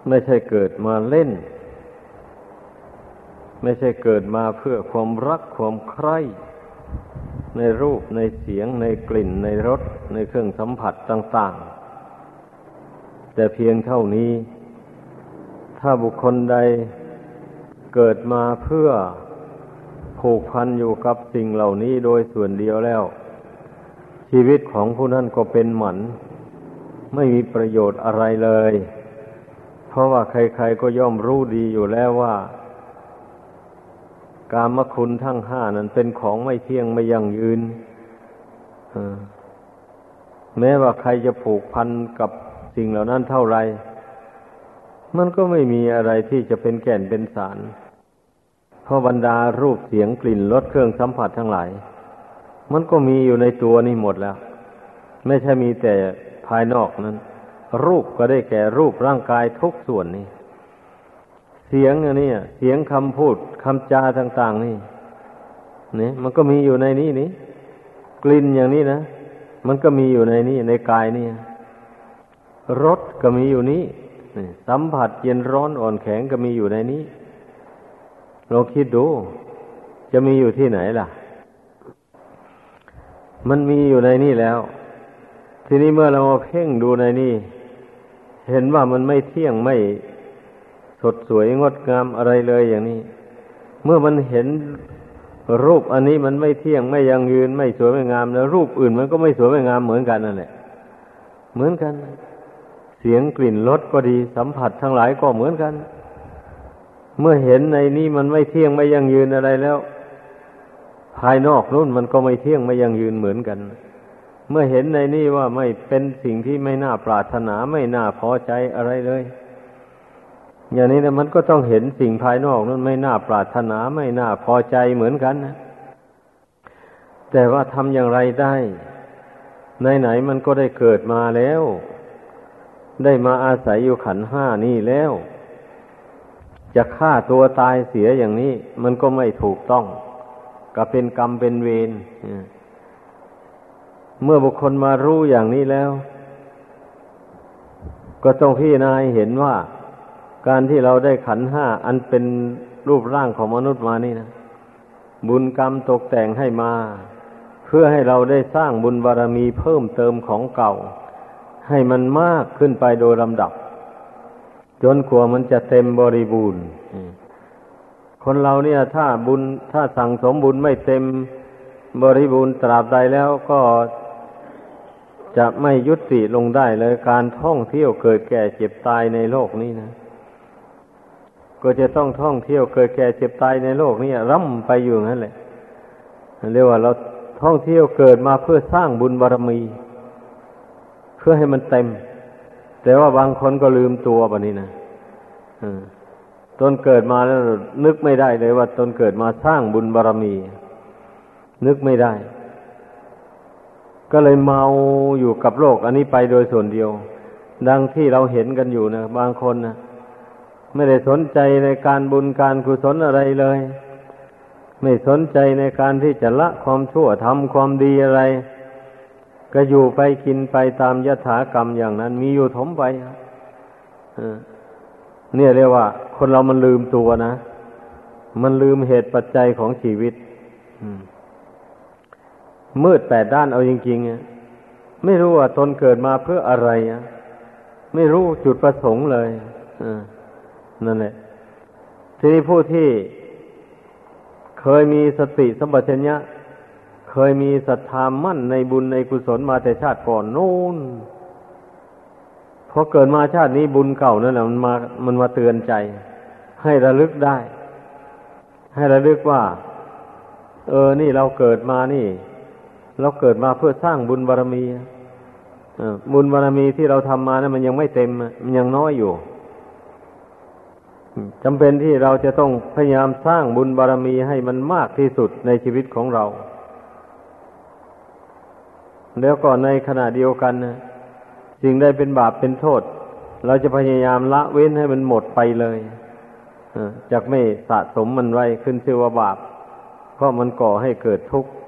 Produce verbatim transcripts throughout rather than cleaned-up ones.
ไม่ใช่เกิดมาเล่นไม่ใช่เกิดมาเพื่อความรักความใคร่ในรูปในเสียงในกลิ่นในรสในเครื่องสัมผัสต่างๆแต่เพียงเท่านี้ถ้าบุคคลใดเกิดมาเพื่อผูกพันอยู่กับสิ่งเหล่านี้โดยส่วนเดียวแล้วชีวิตของผู้นั้นก็เป็นหมันไม่มีประโยชน์อะไรเลยเพราะว่าใครๆก็ย่อมรู้ดีอยู่แล้วว่ากามคุณทั้งห้านั้นเป็นของไม่เที่ยงไม่ยั่งยืนแม้ว่าใครจะผูกพันกับสิ่งเหล่านั้นเท่าไรมันก็ไม่มีอะไรที่จะเป็นแก่นเป็นสารเพราะบรรดารูปเสียงกลิ่นรสเครื่องสัมผัสทั้งหลายมันก็มีอยู่ในตัวนี่หมดแล้วไม่ใช่มีแต่ภายนอกนั้นรูปก็ได้แก่รูปร่างกายทุกส่วนนี่เสียงอันนี้เสียงคำพูดคำจาต่างๆนี่นี่มันก็มีอยู่ในนี้นี่กลิ่นอย่างนี้นะมันก็มีอยู่ในนี้ในกายนี่รสก็มีอยู่นี้สัมผัสเย็นร้อนอ่อนแข็งก็มีอยู่ในนี้เราคิดดูจะมีอยู่ที่ไหนล่ะมันมีอยู่ในนี่แล้วทีนี้เมื่อเรามาเพ่งดูในนี่เห็นว่ามันไม่เที่ยงไม่สดสวยงดงามอะไรเลยอย่างนี้เมื่อมันเห็นรูปอันนี้มันไม่เที่ยงไม่ยั่งยืนไม่สวยไม่งามแล้วรูปอื่นมันก็ไม่สวยไม่งามเหมือนกันนั่นแหละเหมือนกันเสียงกลิ่นรสก็ดีสัมผัสทั้งหลายก็เหมือนกันเมื่อเห็นในนี้มันไม่เที่ยงไม่ยั่งยืนอะไรแล้วภายนอกนู่นมันก็ไม่เที่ยงไม่ยั่งยืนเหมือนกันเมื่อเห็นในนี้ว่าไม่เป็นสิ่งที่ไม่น่าปรารถนาไม่น่าพอใจอะไรเลยอย่างนี้นะมันก็ต้องเห็นสิ่งภายนอกนั้นไม่น่าปรารถนาไม่น่าพอใจเหมือนกันนะแต่ว่าทำอย่างไรได้ไหนๆมันก็ได้เกิดมาแล้วได้มาอาศัยอยู่ขันธ์ห้านี่แล้วจะฆ่าตัวตายเสียอย่างนี้มันก็ไม่ถูกต้องก็เป็นกรรมเป็นเวรเมื่อบุคคลมารู้อย่างนี้แล้วก็ต้องพิจารณาเห็นว่าการที่เราได้ขันธ์ห้าอันเป็นรูปร่างของมนุษย์มานี่นะบุญกรรมตกแต่งให้มาเพื่อให้เราได้สร้างบุญบารมีเพิ่มเติมของเก่าให้มันมากขึ้นไปโดยลำดับจนกว่ามันจะเต็มบริบูรณ์คนเราเนี่ยถ้าบุญถ้าสั่งสมบุญไม่เต็มบริบูรณ์ตราบใดแล้วก็จะไม่ยุติลงได้เลยการท่องเที่ยวเกิดแก่เจ็บตายในโลกนี้นะก็จะต้องท่องเที่ยวเกิดแก่เจ็บตายในโลกนี้ร่ำไปอยู่นั่นแหละเรียกว่าเราท่องเที่ยวเกิดมาเพื่อสร้างบุญบารมีเพื่อให้มันเต็มแต่ว่าบางคนก็ลืมตัวแบบนี้นะตนเกิดมาแล้วนึกไม่ได้เลยว่าตนเกิดมาสร้างบุญบารมีนึกไม่ได้ก็เลยเมาอยู่กับโลกอันนี้ไปโดยส่วนเดียวดังที่เราเห็นกันอยู่นะบางคนนะไม่ได้สนใจในการบุญการกุศลอะไรเลยไม่สนใจในการที่จะละความชั่วทำความดีอะไรก็อยู่ไปกินไปตามยถากรรมอย่างนั้นมีอยู่ถมไปเนี่ยเรียกว่าคนเรามันลืมตัวนะมันลืมเหตุปัจจัยของชีวิตมืดแปดด้านเอาจริงๆไม่รู้ว่าตนเกิดมาเพื่ออะไรไม่รู้จุดประสงค์เลยนั่นแหละทีนี้ผู้ที่เคยมีสติสัมปชัญญะเคยมีศรัทธามั่นในบุญในกุศลมาแต่ชาติก่อนนู้นพอเกิดมาชาตินี้บุญเก่านั่นแหละมันมามันมาเตือนใจให้ระลึกได้ให้ระลึกว่าเออนี่เราเกิดมานี่เราเกิดมาเพื่อสร้างบุญบารมีบุญบารมีที่เราทำมานะมันยังไม่เต็มมันยังน้อยอยู่จำเป็นที่เราจะต้องพยายามสร้างบุญบารมีให้มันมากที่สุดในชีวิตของเราแล้วก็ในขณะเดียวกันนะสิ่งใดเป็นบาปเป็นโทษเราจะพยายามละเว้นให้มันหมดไปเลยจากไม่สะสมมันไว้ขึ้นชื่อว่าบาปเพราะมันก่อให้เกิดทุกข์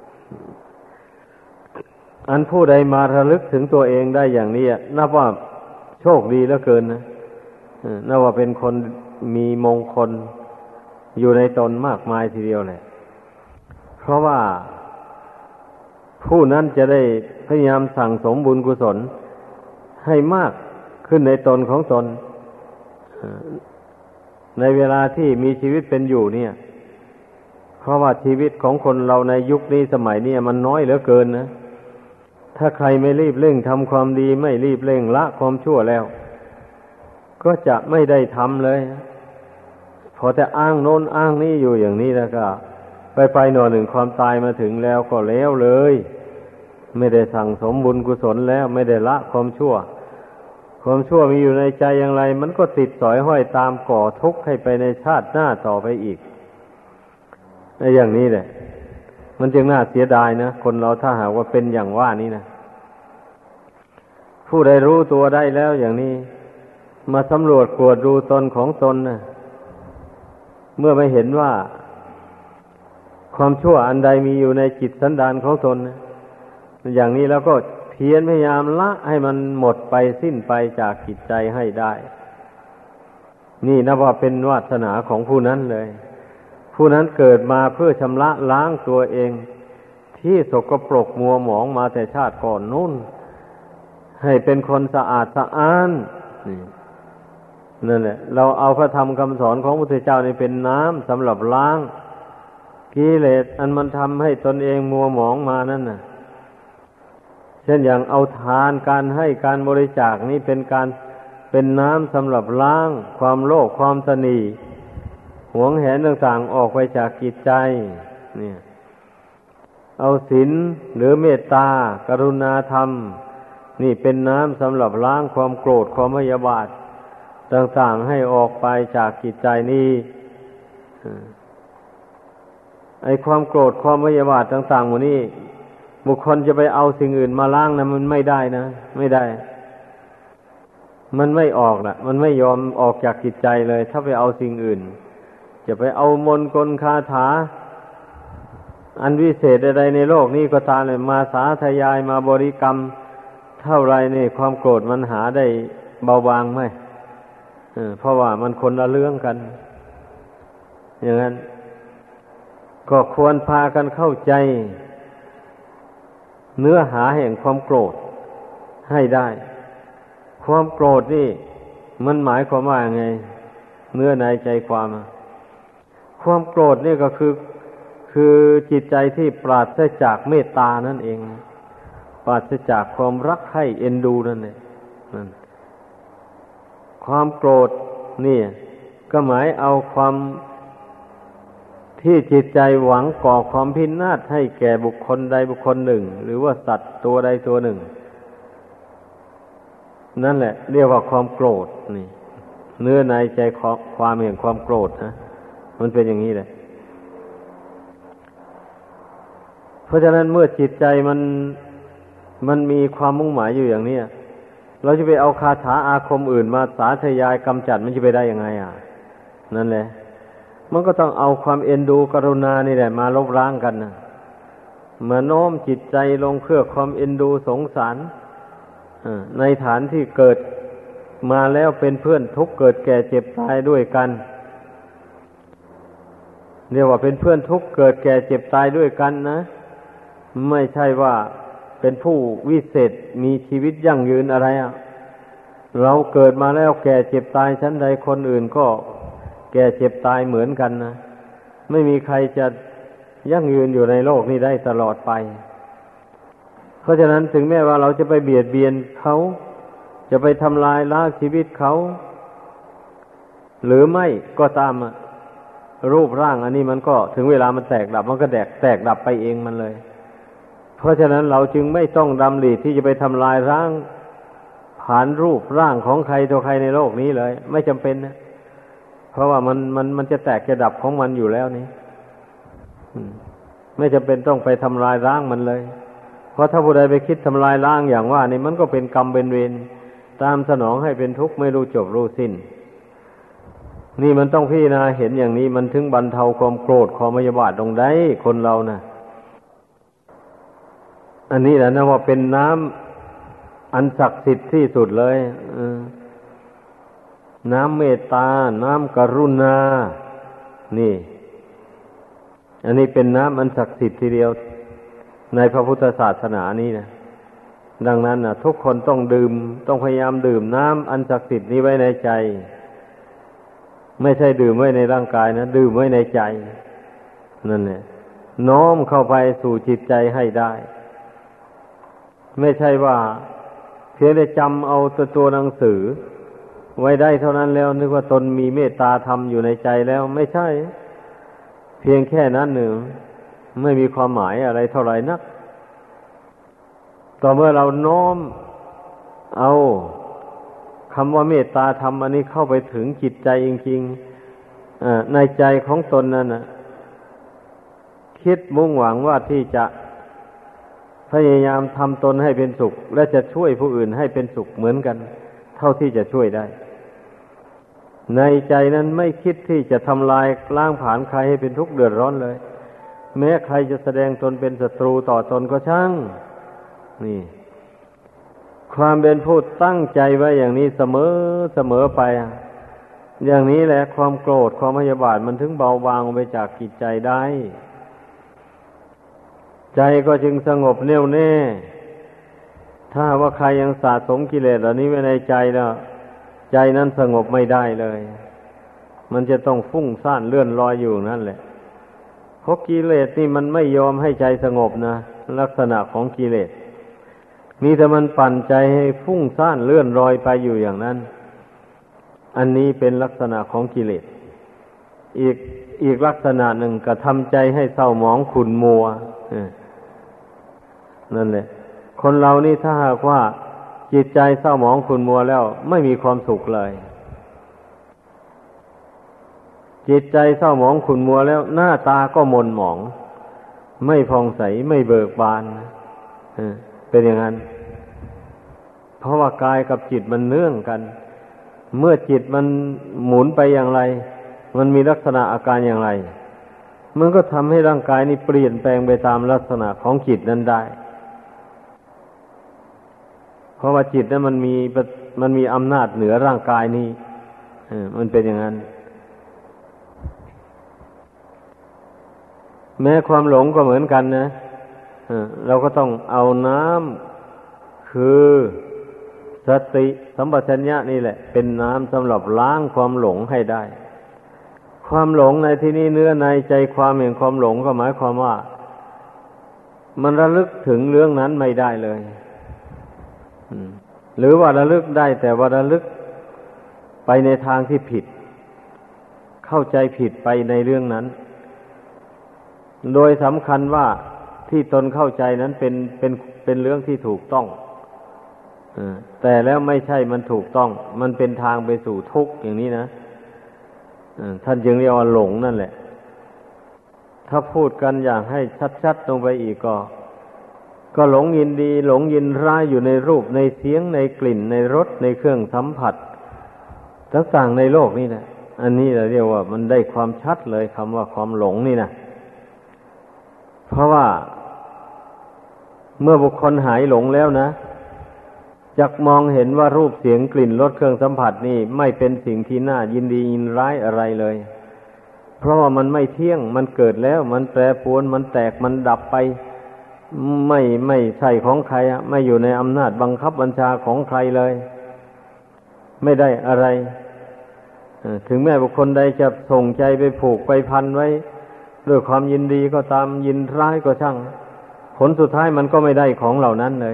อันผู้ใดมาระลึกถึงตัวเองได้อย่างนี้นับว่าโชคดีเหลือเกินนะเออนับว่าเป็นคนมีมงคลอยู่ในตนมากมายทีเดียวเลยเพราะว่าผู้นั้นจะได้พยายามสั่งสมบุญกุศลให้มากขึ้นในตนของตนในเวลาที่มีชีวิตเป็นอยู่เนี่ยเพราะว่าชีวิตของคนเราในยุคนี้สมัยนี้มันน้อยเหลือเกินนะถ้าใครไม่รีบเร่งทำความดีไม่รีบเร่งละความชั่วแล้วก็จะไม่ได้ทำเลยพอแต่อ้างโน้นอ้างนี้อยู่อย่างนี้แล้วก็ไปไปหน่อหนึ่งความตายมาถึงแล้วก็แล้วเลยไม่ได้สั่งสมบุญกุศลแล้วไม่ได้ละความชั่วความชั่วมีอยู่ในใจอย่างไรมันก็ติดสอยห้อยตามก่อทุกข์ให้ไปในชาติหน้าต่อไปอีกในอย่างนี้แหละมันจึงน่าเสียดายนะคนเราถ้าหากว่าเป็นอย่างว่านี้นะผู้ใดรู้ตัวได้แล้วอย่างนี้มาสำรวจกวดดูตนของตนนะเมื่อไม่เห็นว่าความชั่วอันใดมีอยู่ในจิตสันดานของตนนะอย่างนี้แล้วก็เพียรพยายามละให้มันหมดไปสิ้นไปจากจิตใจให้ได้นี่นับว่าเป็นวาสนาของผู้นั้นเลยผู้นั้นเกิดมาเพื่อชำระล้างตัวเองที่สกปรกมัวหมองมาแต่ชาติก่อนนู้นให้เป็นคนสะอาดสะอ้านนี่นั่นแหละเราเอาพระธรรมคำสอนของพระพุทธเจ้านี่เป็นน้ำสำหรับล้างกิเลสอันมันทำให้ตนเองมัวหมองมานั่นน่ะเช่นอย่างเอาทานการให้การบริจาคนี่เป็นการเป็นน้ำสำหรับล้างความโลภความตนีหวงแหนต่างๆออกไปจากจิตใจเนี่ยเอาศีลหรือเมตตากรุณาธรรมนี่เป็นน้ำสำหรับล้างความโกรธความพยาบาทต่างๆให้ออกไปจากจิตใจนี้ไอ้ความโกรธความพยาบาทต่างๆหมดนี้บุคคลจะไปเอาสิ่งอื่นมาล้างนะมันไม่ได้นะไม่ได้มันไม่ออกล่ะมันไม่ยอมออกจากจิตใจเลยถ้าไปเอาสิ่งอื่นจะไปเอามนต์กลคาถาอันวิเศษใดๆในโลกนี้ก็ตามเลยมาสาธยายมาบริกรรมเท่าไรนี่ความโกรธมันหาได้เบาบางไหมเออเพราะว่ามันคนละเรื่องกันอย่างนั้นก็ควรพากันเข้าใจเนื้อหาแห่งความโกรธให้ได้ความโกรธนี่มันหมายความว่าไงเนื้อในใจความความโกรธนี่ก็คือคือจิตใจที่ปราศจากเมตตานั่นเองปราศจากความรักใคร่เอ็นดูนั่นเองนั่นความโกรธนี่ก็หมายเอาความที่จิตใจหวังก่อความพินาศให้แก่บุคคลใดบุคคลหนึ่งหรือว่าสัตว์ตัวใดตัวหนึ่งนั่นแหละเรียกว่าความโกรธนี่เนื้อในใจความแห่งความโกรธนะมันเป็นอย่างนี้เลยเพราะฉะนั้นเมื่อจิตใจมันมันมีความมุ่งหมายอยู่อย่างนี้เราจะไปเอาคาถาอาคมอื่นมาสาธยายกำจัดมันจะไปได้ยังไงอ่ะนั่นแหละมันก็ต้องเอาความเอ็นดูกรุณานี่แหละมาลบล้างกันนะมาโน้มจิตใจลงเพื่อความเอ็นดูสงสารในฐานที่เกิดมาแล้วเป็นเพื่อนทุกข์เกิดแก่เจ็บตายด้วยกันเรียกว่าเป็นเพื่อนทุกข์เกิดแก่เจ็บตายด้วยกันนะไม่ใช่ว่าเป็นผู้วิเศษมีชีวิตยั่งยืนอะไรอ่ะเราเกิดมาแล้วแก่เจ็บตายชั้นใดคนอื่นก็แก่เจ็บตายเหมือนกันนะไม่มีใครจะยั่งยืนอยู่ในโลกนี้ได้ตลอดไปเพราะฉะนั้นถึงแม้ว่าเราจะไปเบียดเบียนเขาจะไปทำลายล้างชีวิตเขาหรือไม่ก็ตามรูปร่างอันนี้มันก็ถึงเวลามันแตกดับมันก็แตกแตกดับไปเองมันเลยเพราะฉะนั้นเราจึงไม่ต้องดำริที่จะไปทำลายร่างผ่านรูปร่างของใครตัวใครในโลกนี้เลยไม่จำเป็นนะเพราะว่ามันมันมันจะแตกจะดับของมันอยู่แล้วนี่ไม่จำเป็นต้องไปทำลายร่างมันเลยเพราะถ้าผู้ใดไปคิดทำลายร่างอย่างว่านี่มันก็เป็นกรรมเป็นเวรตามสนองให้เป็นทุกข์ไม่รู้จบรู้สิ้นนี่มันต้องพิจารณาเห็นอย่างนี้มันถึงบรรเทาความโกรธความพยาบาทลงได้คนเรานะ่ะอันนี้แหละนะว่าเป็นน้ำอันศักดิ์สิทธิ์ที่สุดเลยน้ำเมตตาน้ำกรุณานี่อันนี้เป็นน้ำอันศักดิ์สิทธิ์ทีเดียวในพระพุทธศาสนานี้นะดังนั้นนะทุกคนต้องดื่มต้องพยายามดื่มน้ำอันศักดิ์สิทธิ์นี้ไว้ในใจไม่ใช่ดื่มไว้ในร่างกายนะดื่มไว้ในใจนั่นแหละน้อมเข้าไปสู่จิตใจให้ได้ไม่ใช่ว่าเพียงแต่จำเอาตัวตัวหนังสือไว้ได้เท่านั้นแล้วนึกว่าตนมีเมตตาธรรมอยู่ในใจแล้วไม่ใช่เพียงแค่นั้นหนึ่งไม่มีความหมายอะไรเท่าไหร่นักต่อเมื่อเราน้อมเอาคำว่าเมตตาธรรมอันนี้เข้าไปถึงจิตใจจริงๆในใจของตนนั่นนะคิดมุ่งหวังว่าที่จะพยายามทำตนให้เป็นสุขและจะช่วยผู้อื่นให้เป็นสุขเหมือนกันเท่าที่จะช่วยได้ในใจนั้นไม่คิดที่จะทำลายล้างผลาญใครให้เป็นทุกข์เดือดร้อนเลยแม้ใครจะแสดงตนเป็นศัตรูต่อตนก็ช่างนี่ความเป็นผู้ตั้งใจไว้อย่างนี้เสมอเสมอไปอย่างนี้แหละความโกรธความพยาบาทมันถึงเบาบางไปจากจิตใจได้ใจก็จึงสงบแน่วแน่ถ้าว่าใครยังสะสมกิเลสเหล่านี้ไว้ในใจแล้วใจนั้นสงบไม่ได้เลยมันจะต้องฟุ้งซ่านเลื่อนลอยอยู่นั่นแหละเพราะกิเลสนี่มันไม่ยอมให้ใจสงบนะลักษณะของกิเลสมีแต่มันปั่นใจให้ฟุ้งซ่านเลื่อนลอยไปอยู่อย่างนั้นอันนี้เป็นลักษณะของกิเลสอีกอีกลักษณะหนึ่งก็ทำใจให้เศร้าหมองขุ่นมัวนั่นแหละคนเรานี่ถ้าหากว่าจิตใจเศร้าหมองขุ่นมัวแล้วไม่มีความสุขเลยจิตใจเศร้าหมองขุ่นมัวแล้วหน้าตาก็หม่นหมองไม่ผ่องใสไม่เบิกบานเป็นอย่างนั้นเพราะว่ากายกับจิตมันเนื่องกันเมื่อจิตมันหมุนไปอย่างไรมันมีลักษณะอาการอย่างไรมันก็ทำให้ร่างกายนี้เปลี่ยนแปลงไปตามลักษณะของจิตนั้นได้เพราะว่าจิตนั้นมันมีมันมีอำนาจเหนือร่างกายนี้มันเป็นอย่างนั้นแม้ความหลงก็เหมือนกันนะเราก็ต้องเอาน้ำคือสติสัมปชัญญะนี่แหละเป็นน้ำสำหรับล้างความหลงให้ได้ความหลงในที่นี้เนื้อในใจความแห่งความหลงก็หมายความว่ามันระลึกถึงเรื่องนั้นไม่ได้เลยหรือว่าระลึกได้แต่ว่าระลึกไปในทางที่ผิดเข้าใจผิดไปในเรื่องนั้นโดยสำคัญว่าที่ตนเข้าใจนั้นเป็นเป็นเป็นเรื่องที่ถูกต้องแต่แล้วไม่ใช่มันถูกต้องมันเป็นทางไปสู่ทุกข์อย่างนี้นะท่านจึงเรียกว่าหลงนั่นแหละถ้าพูดกันอย่างให้ชัดๆลงไปอีกก็ก็หลงยินดีหลงยินร้ายอยู่ในรูปในเสียงในกลิ่นในรสในเครื่องสัมผัสต่างๆในโลกนี่นะอันนี้เราเรียกว่ามันได้ความชัดเลยคำว่าความหลงนี่นะเพราะว่าเมื่อบุคคลหายหลงแล้วนะจักมองเห็นว่ารูปเสียงกลิ่นรสเครื่องสัมผัสนี่ไม่เป็นสิ่งที่น่ายินดียินร้ายอะไรเลยเพราะว่ามันไม่เที่ยงมันเกิดแล้วมันแปรปรวนมันแตกมันดับไปไม่ไม่ใช่ของใครอะไม่อยู่ในอำนาจบังคับบัญชาของใครเลยไม่ได้อะไรถึงแม้บุคคลใดจะส่งใจไปผูกไปพันไว้ด้วยความยินดีก็ตามยินร้ายก็ช่างผลสุดท้ายมันก็ไม่ได้ของเหล่านั้นเลย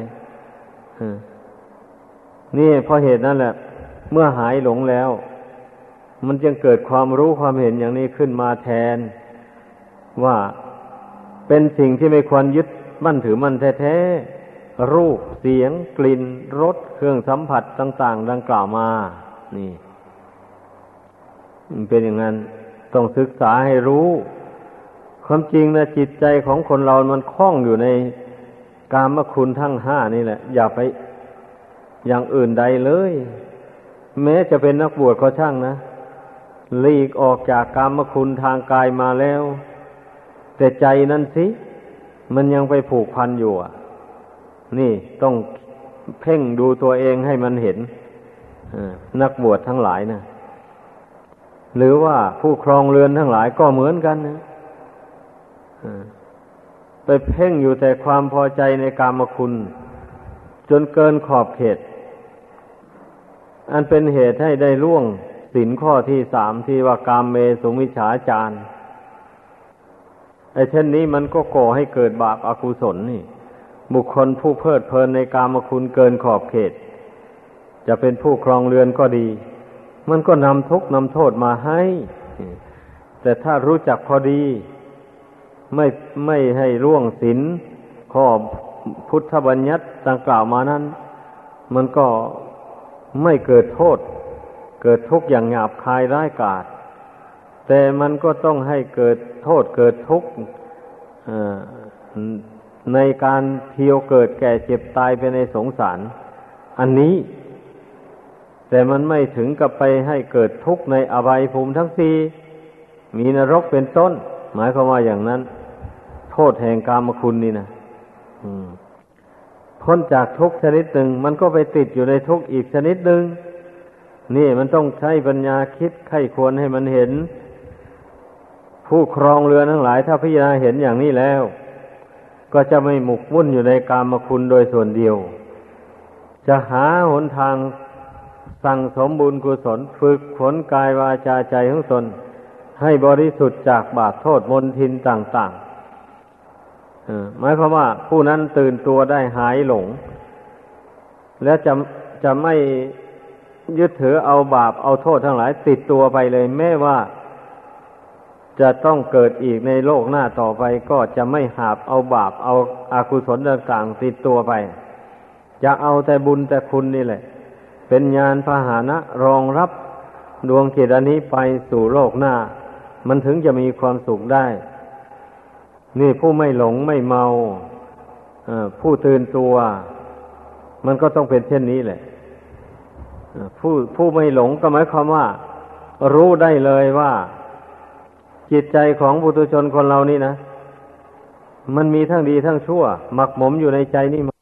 นี่เพราะเหตุนั้นแหละเมื่อหายหลงแล้วมันจึงเกิดความรู้ความเห็นอย่างนี้ขึ้นมาแทนว่าเป็นสิ่งที่ไม่ควรยึดมั่นถือมั่นแท้ๆรูปเสียงกลิ่นรสเครื่องสัมผัสต่างๆดังกล่าวมานี่มันเป็นอย่างนั้นต้องศึกษาให้รู้ความจริงนะจิตใจของคนเรามันคล้องอยู่ในกามคุณทั้งห้านี่แหละอย่าไปอย่างอื่นใดเลยแม้จะเป็นนักบวชก็ช่างนะหลีกออกจากกามคุณทางกายมาแล้วแต่ใจนั้นสิมันยังไปผูกพันอยู่อ่ะนี่ต้องเพ่งดูตัวเองให้มันเห็นนักบวชทั้งหลายนะหรือว่าผู้ครองเรือนทั้งหลายก็เหมือนกันนะไปเพ่งอยู่แต่ความพอใจในกามคุณจนเกินขอบเขตอันเป็นเหตุให้ได้ล่วงศีลข้อที่สามที่ว่ากามเมสุมิจฉาจารไอ้เช่นนี้มันก็ก่อให้เกิดบาปอกุศลนี่บุคคลผู้เพลิดเพลินในกามคุณเกินขอบเขตจะเป็นผู้ครองเรือนก็ดีมันก็นำทุกข์นำโทษมาให้แต่ถ้ารู้จักพอดีไม่ไม่ให้ร่วงศีลข้อพุทธบัญญัติดังกล่าวมานั้นมันก็ไม่เกิดโทษเกิดทุกข์อย่างหยาบคายร้ายกาจแต่มันก็ต้องให้เกิดโทษเกิดทุกข์ในการเที่ยวเกิดแก่เจ็บตายไปในสงสารอันนี้แต่มันไม่ถึงกับไปให้เกิดทุกข์ในอบายภูมิทั้งสี่มีนรกเป็นต้นหมายความว่าอย่างนั้นโทษแห่งกามคุณนี่นะพ้นจากทุกข์ชนิดหนึ่งมันก็ไปติดอยู่ในทุกข์อีกชนิดหนึ่งนี่มันต้องใช้ปัญญาคิดไข้ควรให้มันเห็นผู้ครองเรือนทั้งหลายถ้าพิจารณาเห็นอย่างนี้แล้วก็จะไม่หมกมุ่นอยู่ในกามคุณโดยส่วนเดียวจะหาหนทางสั่งสมบุญกุศลฝึกฝนกายวาจาใจของตนให้บริสุทธิ์จากบาปโทษมลทินต่างๆหมายความว่าผู้นั้นตื่นตัวได้หายหลงและจะจะไม่ยึดถือเอาบาปเอาโทษทั้งหลายติดตัวไปเลยแม้ว่าจะต้องเกิดอีกในโลกหน้าต่อไปก็จะไม่หาบเอาบาปเอาอากุศลต่างๆติดตัวไปจะเอาแต่บุญแต่คุณนี่แหละเป็นญาณพาหนะรองรับดวงจิตอันนี้ไปสู่โลกหน้ามันถึงจะมีความสุขได้นี่ผู้ไม่หลงไม่เมาผู้ตื่นตัวมันก็ต้องเป็นเช่นนี้แหละผู้ผู้ไม่หลงก็หมายความว่ารู้ได้เลยว่าจิตใจของปุถุชนคนเรานี่นะมันมีทั้งดีทั้งชั่วหมักหมมอยู่ในใจนี่